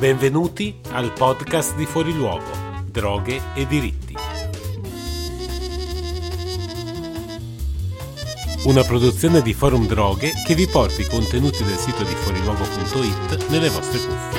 Benvenuti al podcast di Fuori Luogo, Droghe e Diritti. Una produzione di Forum Droghe che vi porta i contenuti del sito di fuoriluogo.it nelle vostre cuffie.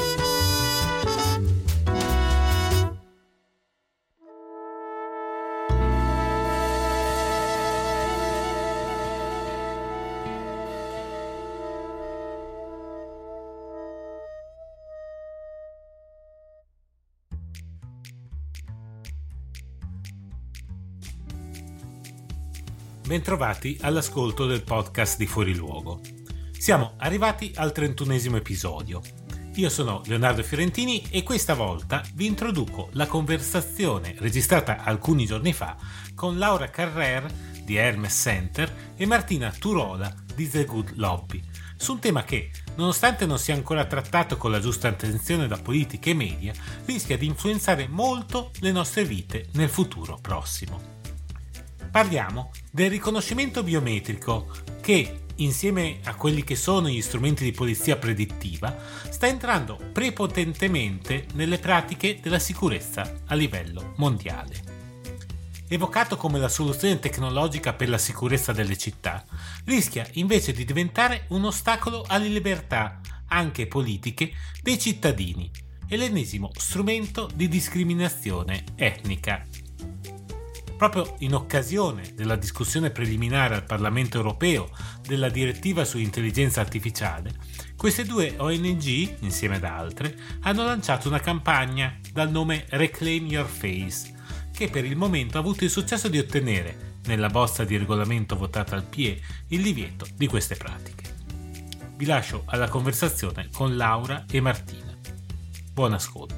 Bentrovati all'ascolto del podcast di Fuori Luogo. Siamo arrivati al 31esimo episodio. Io sono Leonardo Fiorentini e questa volta vi introduco la conversazione registrata alcuni giorni fa con Laura Carrer di Hermes Center e Martina Turola di The Good Lobby su un tema che, nonostante non sia ancora trattato con la giusta attenzione da politica e media, rischia di influenzare molto le nostre vite nel futuro prossimo. Parliamo del riconoscimento biometrico che, insieme a quelli che sono gli strumenti di polizia predittiva, sta entrando prepotentemente nelle pratiche della sicurezza a livello mondiale. Evocato come la soluzione tecnologica per la sicurezza delle città, rischia invece di diventare un ostacolo alle libertà, anche politiche, dei cittadini e l'ennesimo strumento di discriminazione etnica. Proprio in occasione della discussione preliminare al Parlamento europeo della direttiva su intelligenza artificiale, queste due ONG, insieme ad altre, hanno lanciato una campagna dal nome Reclaim Your Face, che per il momento ha avuto il successo di ottenere, nella bozza di regolamento votata al PIE, il divieto di queste pratiche. Vi lascio alla conversazione con Laura e Martina. Buon ascolto.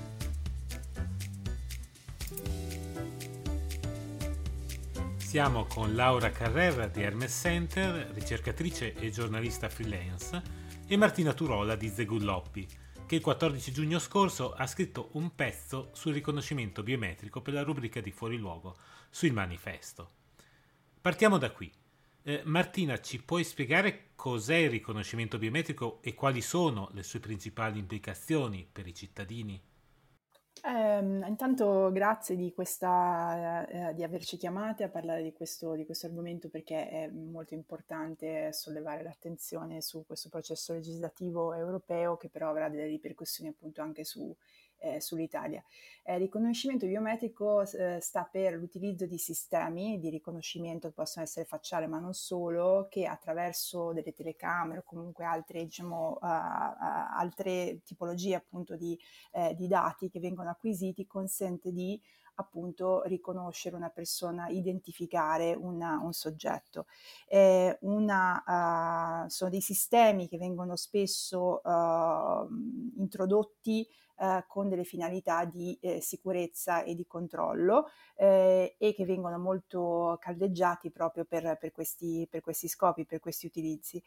Siamo con Laura Carrera di Hermes Center, ricercatrice e giornalista freelance, e Martina Turola di The Good Lobby, che il 14 giugno scorso ha scritto un pezzo sul riconoscimento biometrico per la rubrica di Fuori Luogo sul manifesto. Partiamo da qui. Martina, ci puoi spiegare cos'è il riconoscimento biometrico e quali sono le sue principali implicazioni per i cittadini? Intanto grazie di di averci chiamate a parlare di questo argomento, perché è molto importante sollevare l'attenzione su questo processo legislativo europeo, che però avrà delle ripercussioni appunto anche sull'Italia. Il riconoscimento biometrico sta per l'utilizzo di sistemi di riconoscimento che possono essere facciali ma non solo, che attraverso delle telecamere o comunque altre, altre tipologie appunto di dati che vengono acquisiti, consente di appunto riconoscere una persona, identificare un soggetto. Sono dei sistemi che vengono spesso introdotti con delle finalità di sicurezza e di controllo, e che vengono molto caldeggiati proprio per questi scopi, per questi utilizzi.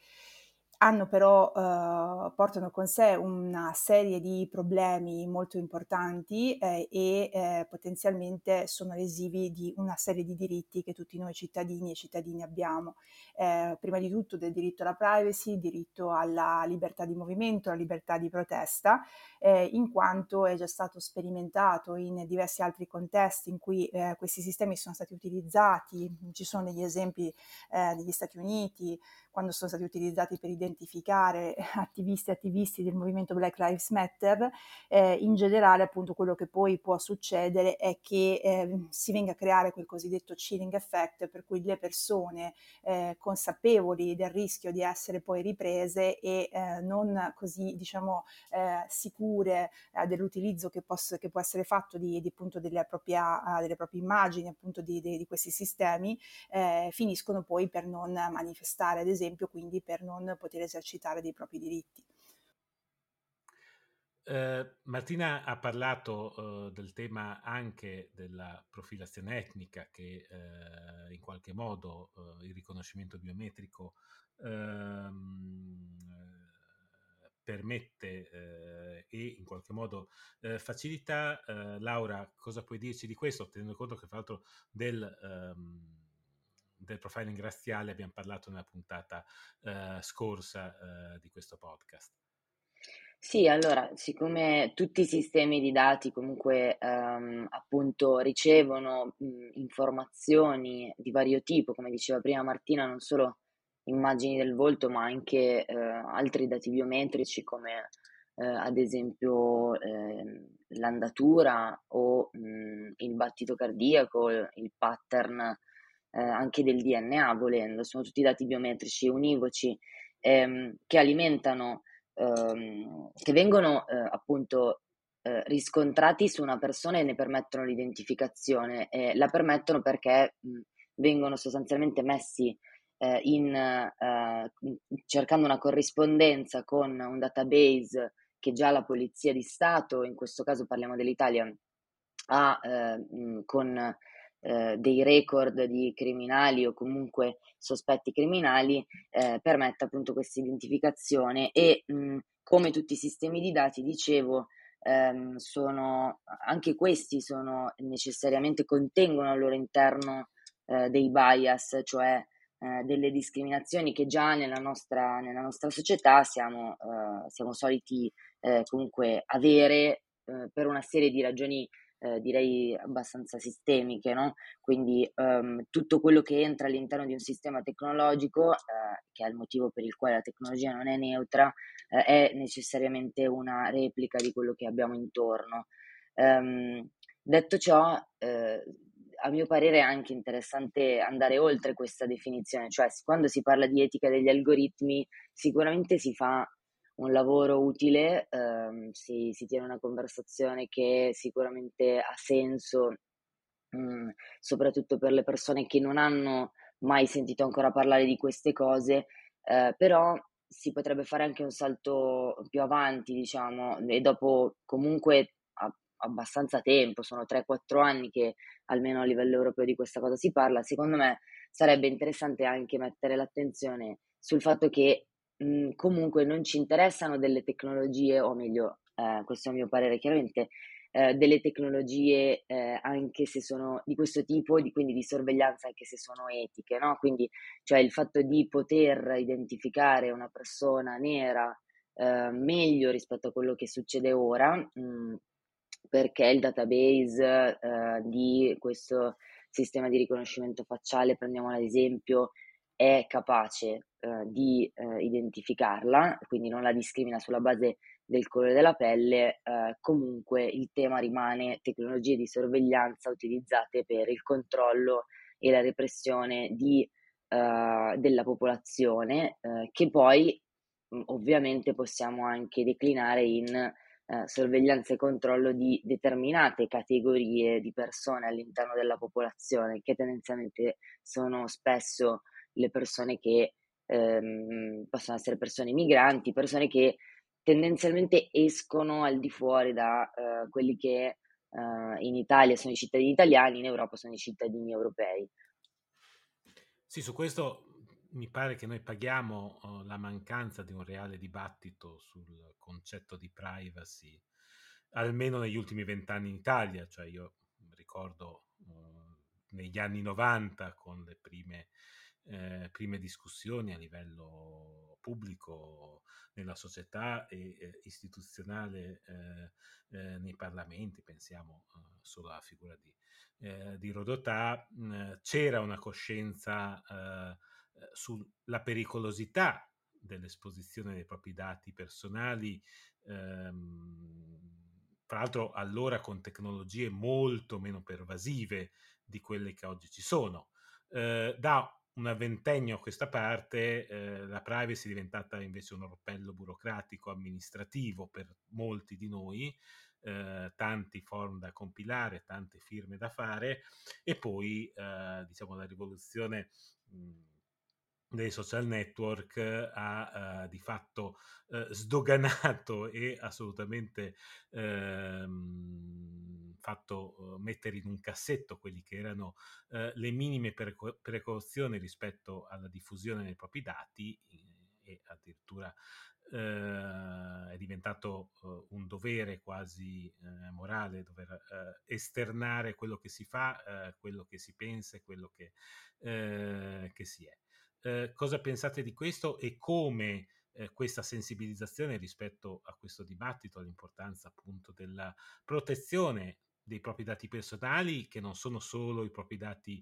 Portano con sé una serie di problemi molto importanti e potenzialmente sono lesivi di una serie di diritti che tutti noi cittadini e cittadini abbiamo. Prima di tutto del diritto alla privacy, il diritto alla libertà di movimento, alla libertà di protesta, in quanto è già stato sperimentato in diversi altri contesti in cui questi sistemi sono stati utilizzati. Ci sono degli esempi negli Stati Uniti, quando sono stati utilizzati per identificare attivisti e attivisti del movimento Black Lives Matter. In generale appunto quello che poi può succedere è che si venga a creare quel cosiddetto chilling effect, per cui le persone consapevoli del rischio di essere poi riprese e non così sicure dell'utilizzo che può essere fatto appunto delle proprie immagini appunto di questi sistemi, finiscono poi per non manifestare, ad esempio, quindi per non poter esercitare dei propri diritti. Martina ha parlato del tema anche della profilazione etnica, che in qualche modo il riconoscimento biometrico permette e in qualche modo facilita. Laura, cosa puoi dirci di questo, tenendo conto che fra l'altro del profiling razziale abbiamo parlato nella puntata scorsa di questo podcast? Sì, allora, siccome tutti i sistemi di dati comunque, appunto ricevono, informazioni di vario tipo, come diceva prima Martina, non solo immagini del volto, ma anche, altri dati biometrici come, ad esempio, l'andatura o, il battito cardiaco, il pattern, anche del DNA volendo, sono tutti dati biometrici univoci, che alimentano che vengono, appunto, riscontrati su una persona e ne permettono l'identificazione. La permettono perché, vengono sostanzialmente messi, cercando una corrispondenza con un database che già la Polizia di Stato, in questo caso parliamo dell'Italia, ha, con, dei record di criminali o comunque sospetti criminali, permette appunto questa identificazione e, come tutti i sistemi di dati dicevo, sono anche questi sono necessariamente contengono al loro interno, dei bias, cioè, delle discriminazioni che già nella nostra società siamo soliti, comunque avere, per una serie di ragioni, direi abbastanza sistemiche, no, quindi, tutto quello che entra all'interno di un sistema tecnologico, che è il motivo per il quale la tecnologia non è neutra, è necessariamente una replica di quello che abbiamo intorno. Detto ciò, a mio parere è anche interessante andare oltre questa definizione, cioè quando si parla di etica degli algoritmi sicuramente si fa un lavoro utile, si tiene una conversazione che sicuramente ha senso, mhmm, soprattutto per le persone che non hanno mai sentito ancora parlare di queste cose, però si potrebbe fare anche un salto più avanti, diciamo, e dopo comunque abbastanza tempo, sono 3, 4 anni che almeno a livello europeo di questa cosa si parla, secondo me sarebbe interessante anche mettere l'attenzione sul fatto che, comunque non ci interessano delle tecnologie, o meglio, questo è il mio parere chiaramente, delle tecnologie, anche se sono di questo tipo, quindi di sorveglianza anche se sono etiche, no, quindi cioè il fatto di poter identificare una persona nera, meglio rispetto a quello che succede ora, perché il database, di questo sistema di riconoscimento facciale, prendiamolo ad esempio, è capace, di, identificarla, quindi non la discrimina sulla base del colore della pelle, comunque il tema rimane tecnologie di sorveglianza utilizzate per il controllo e la repressione della popolazione, che poi, ovviamente possiamo anche declinare in, sorveglianza e controllo di determinate categorie di persone all'interno della popolazione, che tendenzialmente sono spesso le persone che, possono essere persone migranti, persone che tendenzialmente escono al di fuori da, quelli che, in Italia sono i cittadini italiani, in Europa sono i cittadini europei. Sì, su questo mi pare che noi paghiamo la mancanza di un reale dibattito sul concetto di privacy, almeno negli ultimi 20 anni in Italia. Cioè io ricordo negli anni 90 con le prime discussioni a livello pubblico nella società e istituzionale nei parlamenti, pensiamo solo alla figura di Rodotà, c'era una coscienza sulla pericolosità dell'esposizione dei propri dati personali, tra l'altro allora con tecnologie molto meno pervasive di quelle che oggi ci sono. Da una ventennio a questa parte la privacy è diventata invece un orpello burocratico amministrativo per molti di noi, tanti form da compilare, tante firme da fare, e poi diciamo la rivoluzione dei social network ha di fatto sdoganato e assolutamente fatto mettere in un cassetto quelli che erano le minime precauzioni rispetto alla diffusione dei propri dati, e addirittura è diventato un dovere quasi morale dover esternare quello che si fa, quello che si pensa e quello che si è. Cosa pensate di questo e come questa sensibilizzazione rispetto a questo dibattito, all'importanza appunto della protezione dei propri dati personali, che non sono solo i propri dati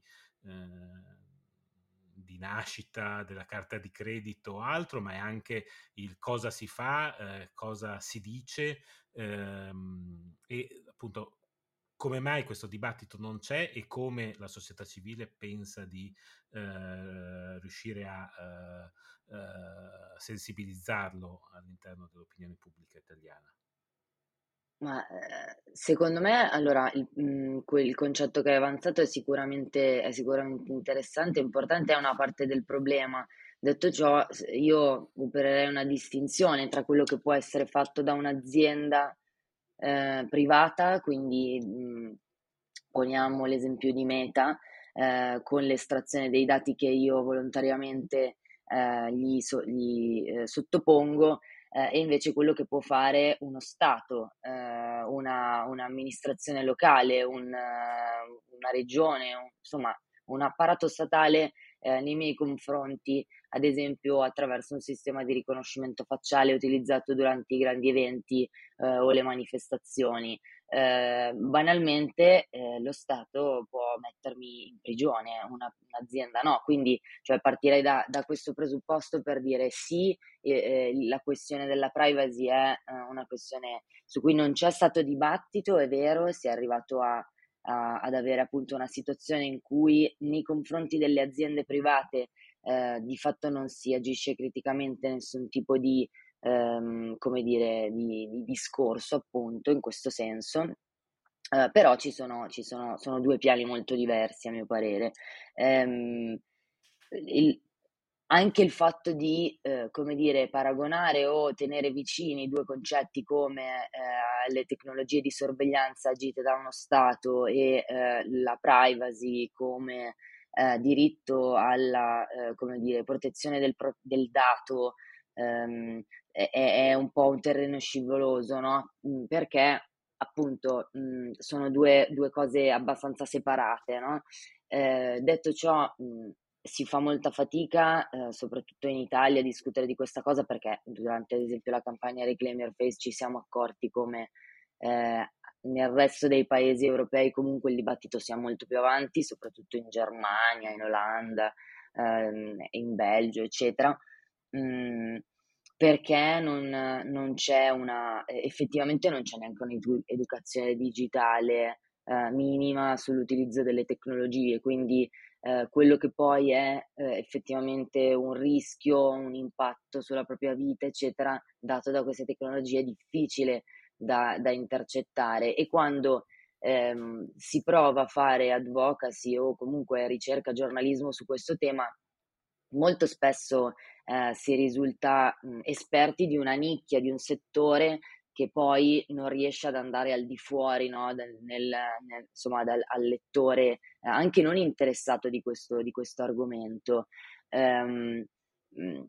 di nascita, della carta di credito o altro, ma è anche il cosa si fa, cosa si dice, e appunto come mai questo dibattito non c'è e come la società civile pensa di riuscire a sensibilizzarlo all'interno dell'opinione pubblica italiana. Ma secondo me, allora, il concetto che hai avanzato è sicuramente interessante, importante, è una parte del problema. Detto ciò, io opererei una distinzione tra quello che può essere fatto da un'azienda privata, quindi poniamo l'esempio di Meta, con l'estrazione dei dati che io volontariamente gli sottopongo, e invece quello che può fare uno Stato, un'amministrazione locale, una regione, insomma un apparato statale nei miei confronti, ad esempio attraverso un sistema di riconoscimento facciale utilizzato durante i grandi eventi o le manifestazioni. Banalmente lo Stato può mettermi in prigione, un'azienda no, quindi cioè, partirei da questo presupposto per dire sì, la questione della privacy è una questione su cui non c'è stato dibattito, è vero, si è arrivato ad avere appunto una situazione in cui nei confronti delle aziende private di fatto non si agisce criticamente nessun tipo di come dire, di discorso appunto in questo senso. Però sono due piani molto diversi a mio parere. Ehm, il- Anche il fatto di, come dire, paragonare o tenere vicini due concetti come le tecnologie di sorveglianza agite da uno Stato e la privacy come diritto alla, come dire, protezione del dato, ehm, è un po' un terreno scivoloso, no? Perché appunto sono due cose abbastanza separate, no? Detto ciò, si fa molta fatica, soprattutto in Italia, a discutere di questa cosa perché durante, ad esempio, la campagna Reclaim Your Face ci siamo accorti come nel resto dei paesi europei comunque il dibattito sia molto più avanti, soprattutto in Germania, in Olanda, in Belgio, eccetera. Mm, Perché non c'è effettivamente non c'è neanche un'educazione digitale minima sull'utilizzo delle tecnologie, quindi quello che poi è effettivamente un rischio, un impatto sulla propria vita, eccetera, dato da queste tecnologie è difficile da intercettare e quando si prova a fare advocacy o comunque ricerca giornalismo su questo tema, molto spesso si risulta esperti di una nicchia, di un settore che poi non riesce ad andare al di fuori, no, insomma, al lettore anche non interessato di questo argomento. Ehm, mh,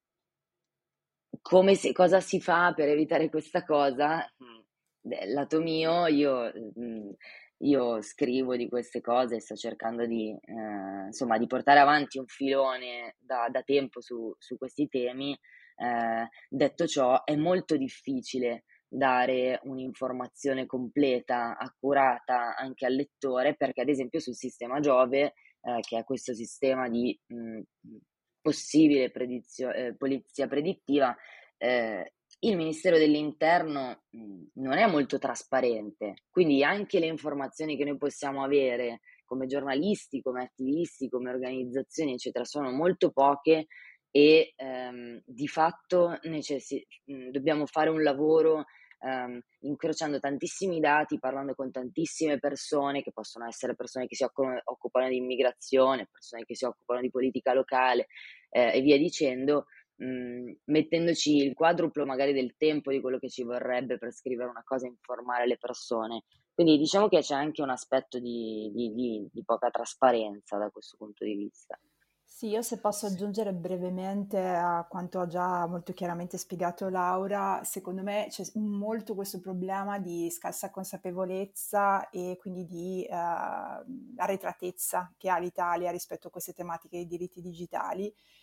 cosa si fa per evitare questa cosa? Lato mio, io scrivo di queste cose e sto cercando insomma, di portare avanti un filone da tempo su questi temi. Detto ciò, è molto difficile dare un'informazione completa, accurata anche al lettore, perché ad esempio sul sistema Giove, che è questo sistema di possibile polizia predittiva, il Ministero dell'Interno non è molto trasparente, quindi anche le informazioni che noi possiamo avere come giornalisti, come attivisti, come organizzazioni, eccetera, sono molto poche e di fatto dobbiamo fare un lavoro incrociando tantissimi dati, parlando con tantissime persone, che possono essere persone che si occupano di immigrazione, persone che si occupano di politica locale e via dicendo, mettendoci il quadruplo magari del tempo di quello che ci vorrebbe per scrivere una cosa e informare le persone. Quindi diciamo che c'è anche un aspetto di poca trasparenza da questo punto di vista. Sì, io se posso Sì. aggiungere brevemente a quanto ha già molto chiaramente spiegato Laura, secondo me c'è molto questo problema di scarsa consapevolezza e quindi di arretratezza che ha l'Italia rispetto a queste tematiche dei diritti digitali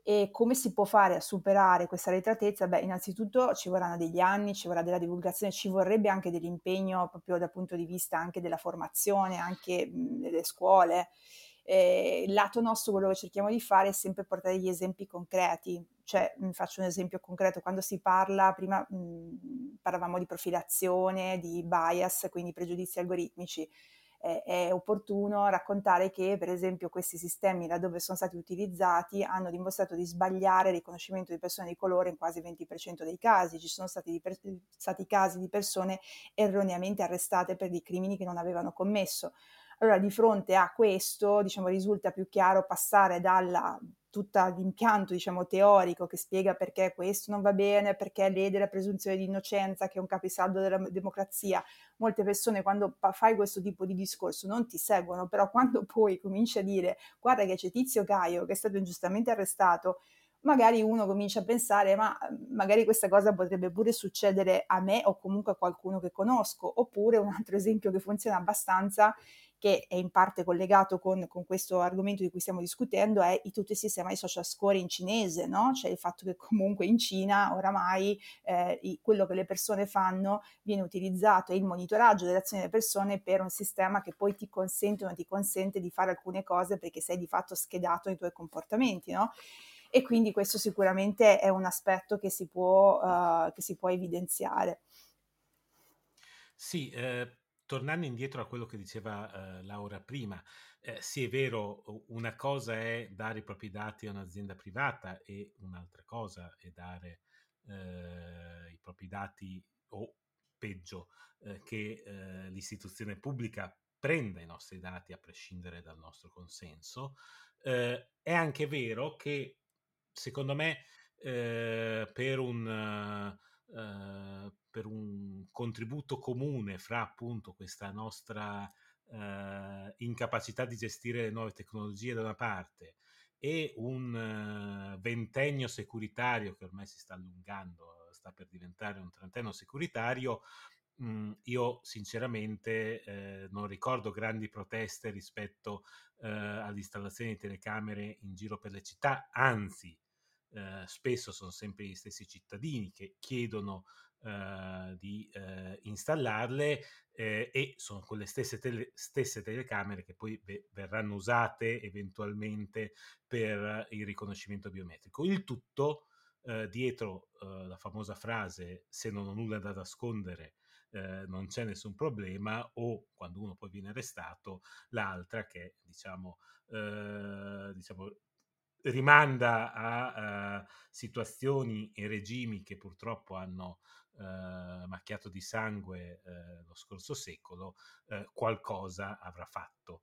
E come si può fare a superare questa arretratezza? Beh, innanzitutto ci vorranno degli anni, ci vorrà della divulgazione, ci vorrebbe anche dell'impegno proprio dal punto di vista anche della formazione, anche delle scuole. Il lato nostro, quello che cerchiamo di fare è sempre portare degli esempi concreti. Cioè, faccio un esempio concreto, quando si parla, prima parlavamo di profilazione, di bias, quindi pregiudizi algoritmici. È opportuno raccontare che, per esempio, questi sistemi, laddove sono stati utilizzati, hanno dimostrato di sbagliare il riconoscimento di persone di colore in quasi il 20% dei casi. Ci sono stati casi di persone erroneamente arrestate per dei crimini che non avevano commesso. Allora, di fronte a questo, diciamo, risulta più chiaro passare dalla tutto l'impianto, diciamo, teorico che spiega perché questo non va bene, perché lede la presunzione di innocenza, che è un capisaldo della democrazia. Molte persone, quando fai questo tipo di discorso, non ti seguono, però quando poi cominci a dire guarda che c'è Tizio Caio che è stato ingiustamente arrestato, magari uno comincia a pensare ma magari questa cosa potrebbe pure succedere a me o comunque a qualcuno che conosco. Oppure un altro esempio che funziona abbastanza, che è in parte collegato con questo argomento di cui stiamo discutendo, è tutto il sistema di social score in cinese, no? Cioè il fatto che comunque in Cina oramai quello che le persone fanno viene utilizzato, e il monitoraggio delle azioni delle persone, per un sistema che poi ti consente o non ti consente di fare alcune cose perché sei di fatto schedato nei tuoi comportamenti, no? E quindi questo sicuramente è un aspetto che si può evidenziare. Sì, tornando indietro a quello che diceva Laura prima, sì è vero, una cosa è dare i propri dati a un'azienda privata e un'altra cosa è dare i propri dati o peggio che l'istituzione pubblica prenda i nostri dati a prescindere dal nostro consenso. È anche vero che secondo me per un contributo comune fra appunto questa nostra incapacità di gestire le nuove tecnologie da una parte e un ventennio securitario che ormai si sta allungando, sta per diventare un trentennio securitario. Io sinceramente non ricordo grandi proteste rispetto all'installazione di telecamere in giro per le città, anzi spesso sono sempre gli stessi cittadini che chiedono di installarle e sono quelle stesse telecamere che poi verranno usate eventualmente per il riconoscimento biometrico. Il tutto dietro la famosa frase se non ho nulla da nascondere non c'è nessun problema, o quando uno poi viene arrestato, l'altra che diciamo rimanda a situazioni e regimi che purtroppo hanno macchiato di sangue lo scorso secolo, qualcosa avrà fatto.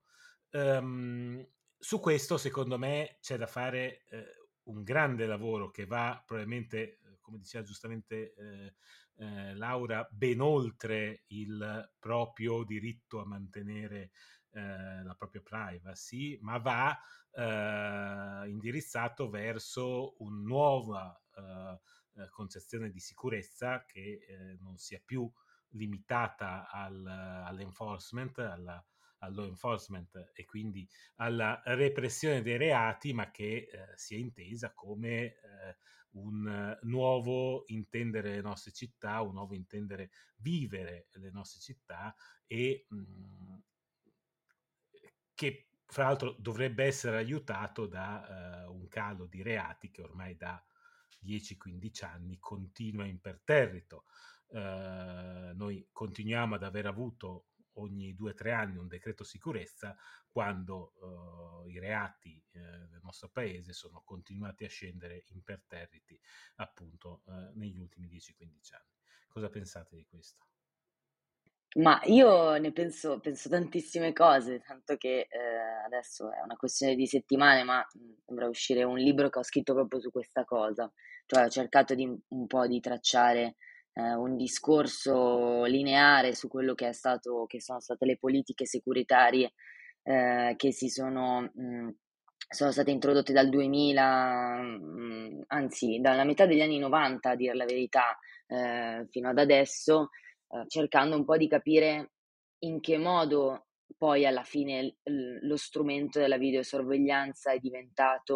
Su questo, secondo me, c'è da fare un grande lavoro che va probabilmente, come diceva giustamente Laura, ben oltre il proprio diritto a mantenere la propria privacy, ma va indirizzato verso una nuova concezione di sicurezza che non sia più limitata all'enforcement, al law enforcement e quindi alla repressione dei reati, ma che sia intesa come un nuovo intendere le nostre città, un nuovo intendere vivere le nostre città e che fra l'altro dovrebbe essere aiutato da un calo di reati che ormai da 10-15 anni continua imperterrito. Noi continuiamo ad aver avuto ogni 2 o 3 anni un decreto sicurezza quando i reati nel nostro paese sono continuati a scendere imperterriti appunto negli ultimi 10-15 anni. Cosa pensate di questo? Ma io ne penso tantissime cose, tanto che adesso è una questione di settimane, ma dovrà uscire un libro che ho scritto proprio su questa cosa. Cioè ho cercato di un po' di tracciare un discorso lineare su quello che sono state le politiche securitarie che sono state introdotte dal 2000, anzi dalla metà degli anni 90 a dir la verità, fino ad adesso, cercando un po' di capire in che modo poi alla fine lo strumento della videosorveglianza è diventato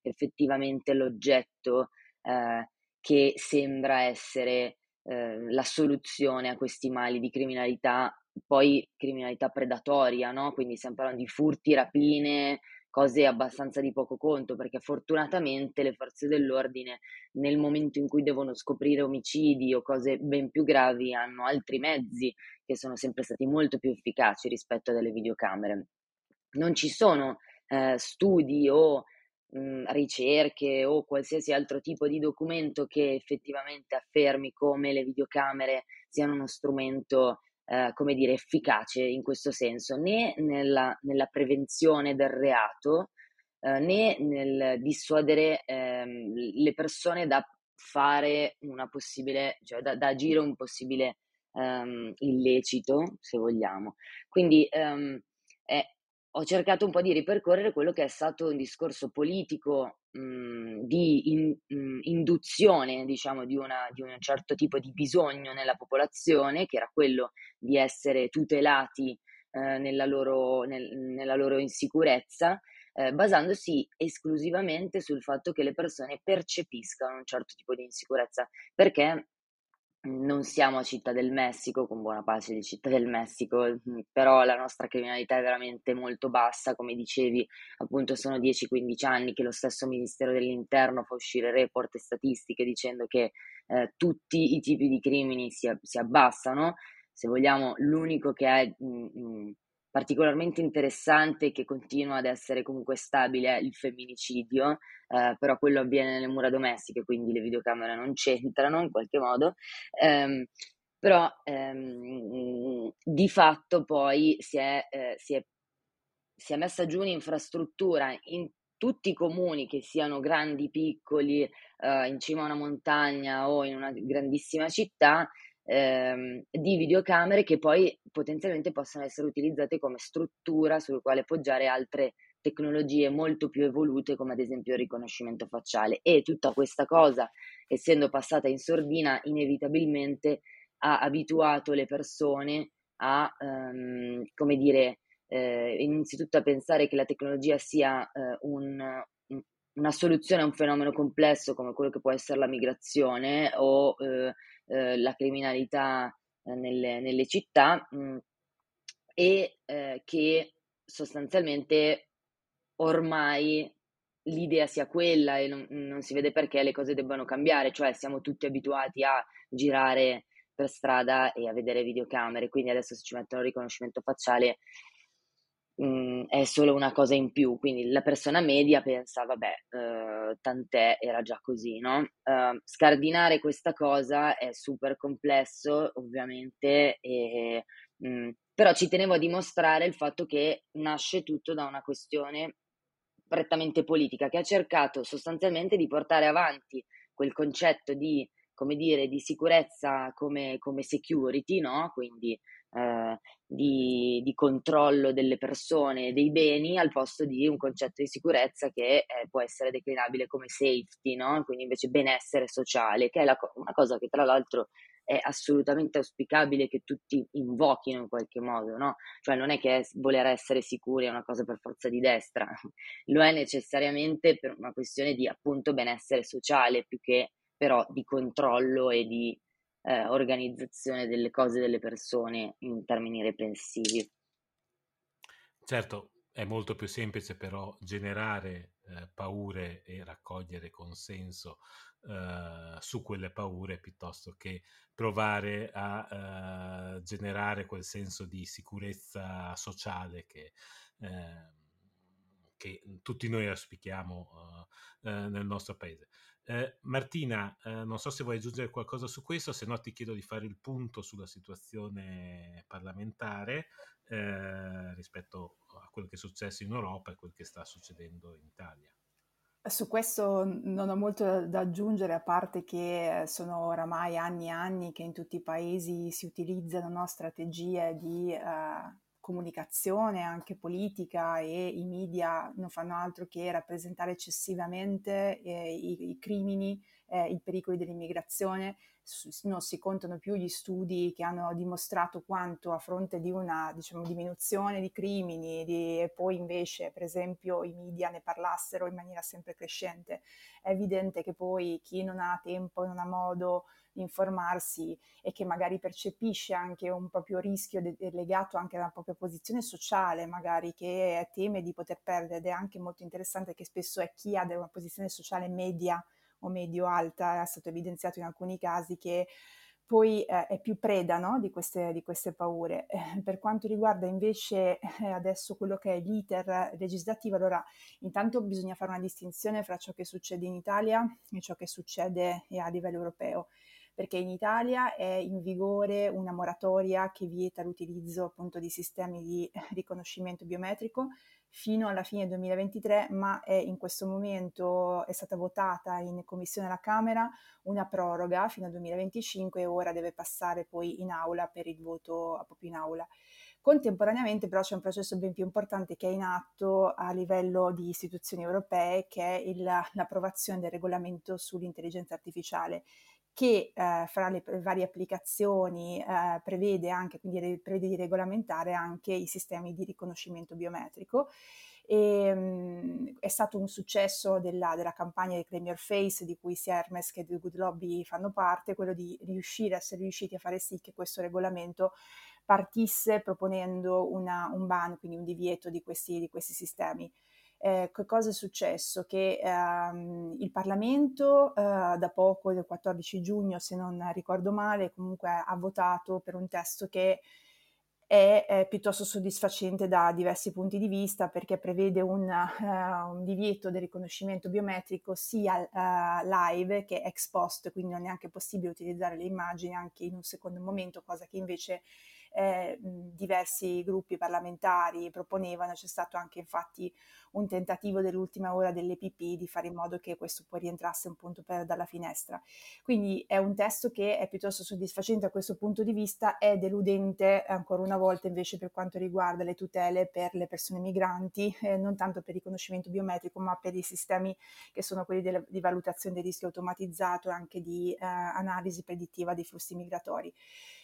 effettivamente l'oggetto che sembra essere la soluzione a questi mali di criminalità, poi criminalità predatoria, no? Quindi stiamo parlando di furti, rapine, cose abbastanza di poco conto, perché fortunatamente le forze dell'ordine nel momento in cui devono scoprire omicidi o cose ben più gravi hanno altri mezzi che sono sempre stati molto più efficaci rispetto a delle videocamere. Non ci sono studi o ricerche o qualsiasi altro tipo di documento che effettivamente affermi come le videocamere siano uno strumento, come dire, efficace in questo senso, né nella prevenzione del reato, né nel dissuadere, le persone da fare una possibile, cioè da agire un possibile, illecito, se vogliamo. Quindi, è ho cercato un po' di ripercorrere quello che è stato un discorso politico, induzione, diciamo, di un certo tipo di bisogno nella popolazione, che era quello di essere tutelati, nella loro insicurezza, basandosi esclusivamente sul fatto che le persone percepiscano un certo tipo di insicurezza, perché non siamo a Città del Messico, con buona pace di Città del Messico, però la nostra criminalità è veramente molto bassa, come dicevi, appunto sono 10-15 anni che lo stesso Ministero dell'Interno fa uscire report e statistiche dicendo che tutti i tipi di crimini si abbassano. Se vogliamo, l'unico che è particolarmente interessante e che continua ad essere comunque stabile è il femminicidio, però quello avviene nelle mura domestiche, quindi le videocamere non c'entrano in qualche modo. Però di fatto poi si è messa giù un'infrastruttura in tutti i comuni, che siano grandi, piccoli, in cima a una montagna o in una grandissima città, di videocamere che poi potenzialmente possono essere utilizzate come struttura sul quale poggiare altre tecnologie molto più evolute, come ad esempio il riconoscimento facciale. E tutta questa cosa, essendo passata in sordina, inevitabilmente ha abituato le persone a, come dire, innanzitutto a pensare che la tecnologia sia una soluzione a un fenomeno complesso come quello che può essere la migrazione o la criminalità nelle città, e che sostanzialmente ormai l'idea sia quella e non si vede perché le cose debbano cambiare, cioè siamo tutti abituati a girare per strada e a vedere videocamere, quindi adesso se ci mettono il riconoscimento facciale è solo una cosa in più, quindi la persona media pensa: "Vabbè, tant'è, era già così", no, scardinare questa cosa è super complesso ovviamente, però ci tenevo a dimostrare il fatto che nasce tutto da una questione prettamente politica, che ha cercato sostanzialmente di portare avanti quel concetto di, come dire, di sicurezza come security, no, quindi, di controllo delle persone e dei beni, al posto di un concetto di sicurezza che, può essere declinabile come safety, no, quindi invece benessere sociale, che è una cosa che tra l'altro è assolutamente auspicabile che tutti invochino in qualche modo, no, cioè non è che voler essere sicuri è una cosa per forza di destra, lo è necessariamente per una questione di, appunto, benessere sociale, più che però di controllo e di organizzazione delle cose delle persone in termini repressivi. Certo, è molto più semplice però generare paure e raccogliere consenso su quelle paure piuttosto che provare a generare quel senso di sicurezza sociale che tutti noi auspichiamo nel nostro paese. Martina, non so se vuoi aggiungere qualcosa su questo, se no ti chiedo di fare il punto sulla situazione parlamentare rispetto a quello che è successo in Europa e quel che sta succedendo in Italia. Su questo non ho molto da aggiungere, a parte che sono oramai anni e anni che in tutti i paesi si utilizzano, no, strategie di comunicazione, anche politica, e i media non fanno altro che rappresentare eccessivamente i crimini i pericoli dell'immigrazione. Non si contano più gli studi che hanno dimostrato quanto, a fronte di una, diciamo, diminuzione di crimini e poi invece per esempio i media ne parlassero in maniera sempre crescente. È evidente che poi chi non ha tempo, non ha modo di informarsi e che magari percepisce anche un proprio rischio legato anche alla propria posizione sociale, magari che teme di poter perdere, ed è anche molto interessante che spesso è chi ha una posizione sociale media o medio-alta, è stato evidenziato in alcuni casi, che poi è più preda, no, di queste paure. Per quanto riguarda invece adesso quello che è l'iter legislativo, allora intanto bisogna fare una distinzione fra ciò che succede in Italia e ciò che succede a livello europeo, perché in Italia è in vigore una moratoria che vieta l'utilizzo appunto di sistemi di riconoscimento biometrico fino alla fine 2023, ma in questo momento è stata votata in commissione alla Camera una proroga fino al 2025 e ora deve passare poi in aula per il voto proprio in aula. Contemporaneamente però c'è un processo ben più importante che è in atto a livello di istituzioni europee, che è l'approvazione del regolamento sull'intelligenza artificiale, che fra le varie applicazioni prevede anche, quindi prevede di regolamentare anche i sistemi di riconoscimento biometrico. È stato un successo della campagna di Claim Your Face, di cui sia Hermes che The Good Lobby fanno parte, quello di essere riusciti a fare sì che questo regolamento partisse proponendo un ban, quindi un divieto di questi sistemi. Che cosa è successo? Che il Parlamento da poco, il 14 giugno se non ricordo male, comunque ha votato per un testo che è piuttosto soddisfacente da diversi punti di vista, perché prevede un divieto del riconoscimento biometrico sia live che ex post, quindi non è neanche possibile utilizzare le immagini anche in un secondo momento, cosa che invece diversi gruppi parlamentari proponevano. C'è stato anche infatti un tentativo dell'ultima ora dell'EPP di fare in modo che questo poi rientrasse un punto dalla finestra. Quindi è un testo che è piuttosto soddisfacente da questo punto di vista, è deludente ancora una volta invece per quanto riguarda le tutele per le persone migranti, non tanto per il riconoscimento biometrico ma per i sistemi che sono quelli di valutazione del rischio automatizzato e anche di analisi predittiva dei flussi migratori.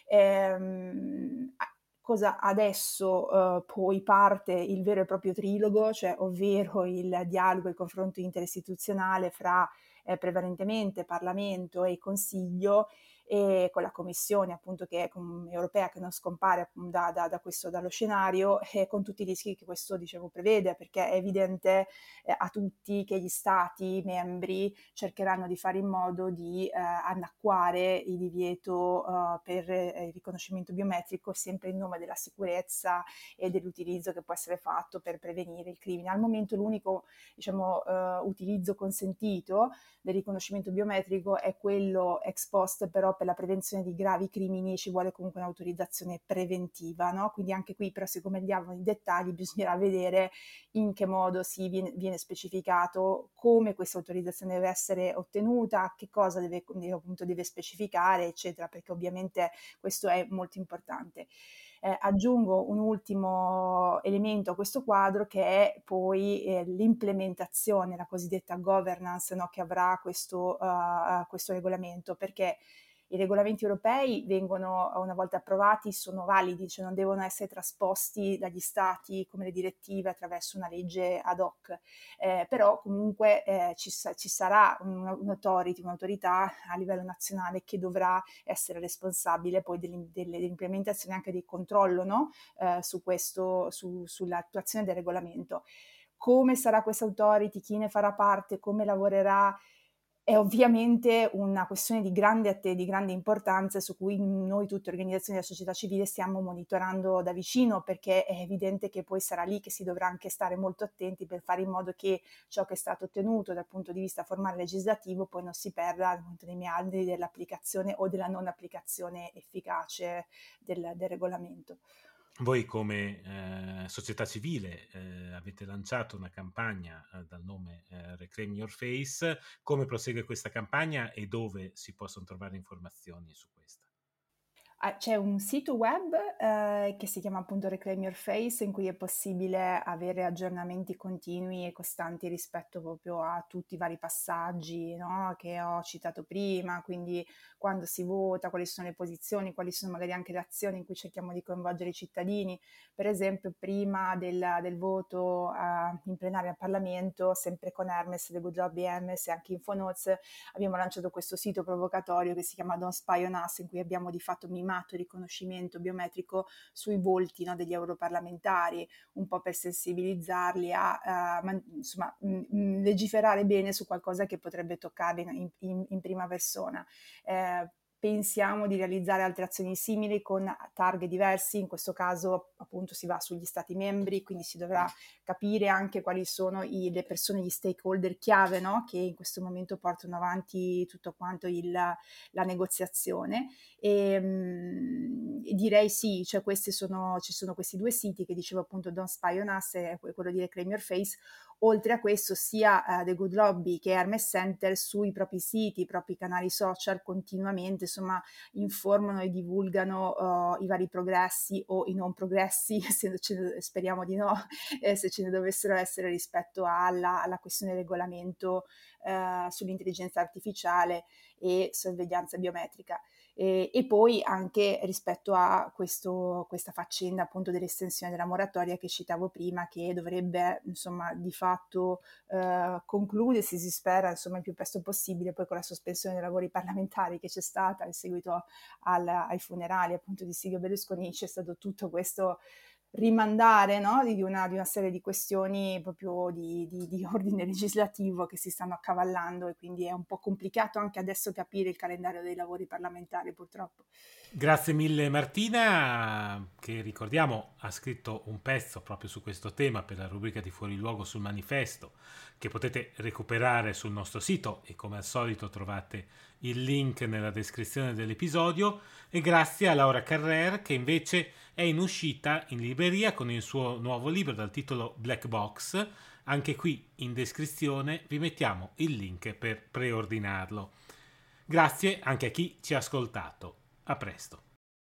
Cosa adesso poi parte il vero e proprio trilogo, cioè ovvero il dialogo, il confronto interistituzionale fra prevalentemente Parlamento e Consiglio, e con la Commissione appunto europea che non scompare dallo scenario, e con tutti i rischi che questo dicevo prevede, perché è evidente a tutti che gli Stati membri cercheranno di fare in modo di annacquare il divieto per il riconoscimento biometrico, sempre in nome della sicurezza e dell'utilizzo che può essere fatto per prevenire il crimine. Al momento l'unico, diciamo, utilizzo consentito del riconoscimento biometrico è quello ex post, però per la prevenzione di gravi crimini ci vuole comunque un'autorizzazione preventiva, no? Quindi anche qui, però, siccome andiamo nei dettagli, bisognerà vedere in che modo viene specificato come questa autorizzazione deve essere ottenuta, che cosa deve specificare, eccetera, perché ovviamente questo è molto importante. Aggiungo un ultimo elemento a questo quadro, che è poi l'implementazione, la cosiddetta governance, no, che avrà questo regolamento, perché i regolamenti europei vengono, una volta approvati, sono validi, cioè non devono essere trasposti dagli stati come le direttive attraverso una legge ad hoc, però comunque ci sarà un'autorità a livello nazionale che dovrà essere responsabile poi dell'implementazione, anche del controllo, no? Sull'attuazione del regolamento. Come sarà questa authority, chi ne farà parte, come lavorerà, è ovviamente una questione di grande importanza, su cui noi tutte organizzazioni della società civile stiamo monitorando da vicino, perché è evidente che poi sarà lì che si dovrà anche stare molto attenti per fare in modo che ciò che è stato ottenuto dal punto di vista formale legislativo poi non si perda nei meandri dell'applicazione o della non applicazione efficace del regolamento. Voi come società civile avete lanciato una campagna dal nome Reclaim Your Face. Come prosegue questa campagna e dove si possono trovare informazioni su questa? C'è un sito web che si chiama appunto Reclaim Your Face, in cui è possibile avere aggiornamenti continui e costanti rispetto proprio a tutti i vari passaggi, no, che ho citato prima, quindi quando si vota, quali sono le posizioni, quali sono magari anche le azioni in cui cerchiamo di coinvolgere i cittadini. Per esempio, prima del voto in plenaria al Parlamento, sempre con Hermes, The Good Job di Hermes e anche Infonotes, abbiamo lanciato questo sito provocatorio che si chiama Don't Spy on Us, in cui abbiamo di fatto mimato il riconoscimento biometrico sui volti, no, degli europarlamentari, un po' per sensibilizzarli a legiferare bene su qualcosa che potrebbe toccarli in prima persona. Pensiamo di realizzare altre azioni simili con targhe diversi, in questo caso appunto si va sugli stati membri, quindi si dovrà capire anche quali sono le persone, gli stakeholder chiave, no? Che in questo momento portano avanti tutto quanto la negoziazione. E direi sì, cioè ci sono questi due siti che dicevo appunto, Don't Spy on Us e quello di Reclaim Your Face. Oltre a questo, sia The Good Lobby che Hermes Center sui propri siti, i propri canali social continuamente, insomma, informano e divulgano i vari progressi o i non progressi, speriamo di no, se ce ne dovessero essere rispetto alla questione del regolamento sull'intelligenza artificiale e sorveglianza biometrica. E poi anche rispetto a questa faccenda appunto dell'estensione della moratoria che citavo prima, che dovrebbe insomma di fatto concludersi, si spera insomma il più presto possibile, poi con la sospensione dei lavori parlamentari che c'è stata in seguito ai funerali appunto di Silvio Berlusconi, c'è stato tutto questo rimandare, no, di una serie di questioni proprio di ordine legislativo che si stanno accavallando, e quindi è un po' complicato anche adesso capire il calendario dei lavori parlamentari, purtroppo. Grazie mille Martina, che ricordiamo ha scritto un pezzo proprio su questo tema per la rubrica di Fuori Luogo sul Manifesto, che potete recuperare sul nostro sito, e come al solito trovate il link nella descrizione dell'episodio. E grazie a Laura Carrer, che invece è in uscita in libreria con il suo nuovo libro dal titolo Black Box. Anche qui in descrizione vi mettiamo il link per preordinarlo. Grazie anche a chi ci ha ascoltato. A presto.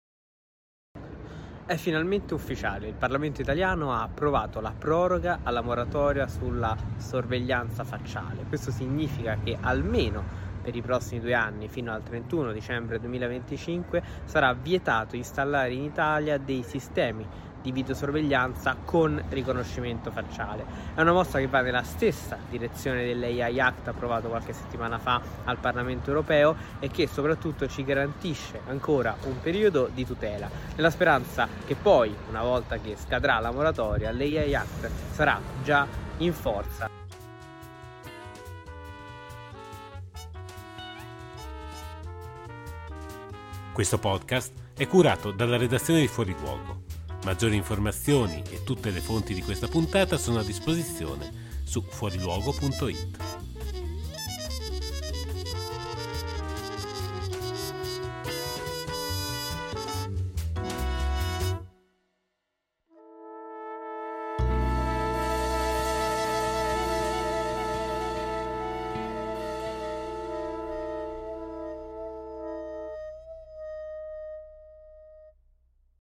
È finalmente ufficiale, il Parlamento italiano ha approvato la proroga alla moratoria sulla sorveglianza facciale. Questo significa che almeno per i prossimi 2 anni, fino al 31 dicembre 2025, sarà vietato installare in Italia dei sistemi di videosorveglianza con riconoscimento facciale. È una mossa che va nella stessa direzione dell'AI Act approvato qualche settimana fa al Parlamento europeo, e che soprattutto ci garantisce ancora un periodo di tutela, nella speranza che poi, una volta che scadrà la moratoria, l'AI Act sarà già in forza. Questo podcast è curato dalla redazione di Fuori Luogo. Maggiori informazioni e tutte le fonti di questa puntata sono a disposizione su fuoriluogo.it.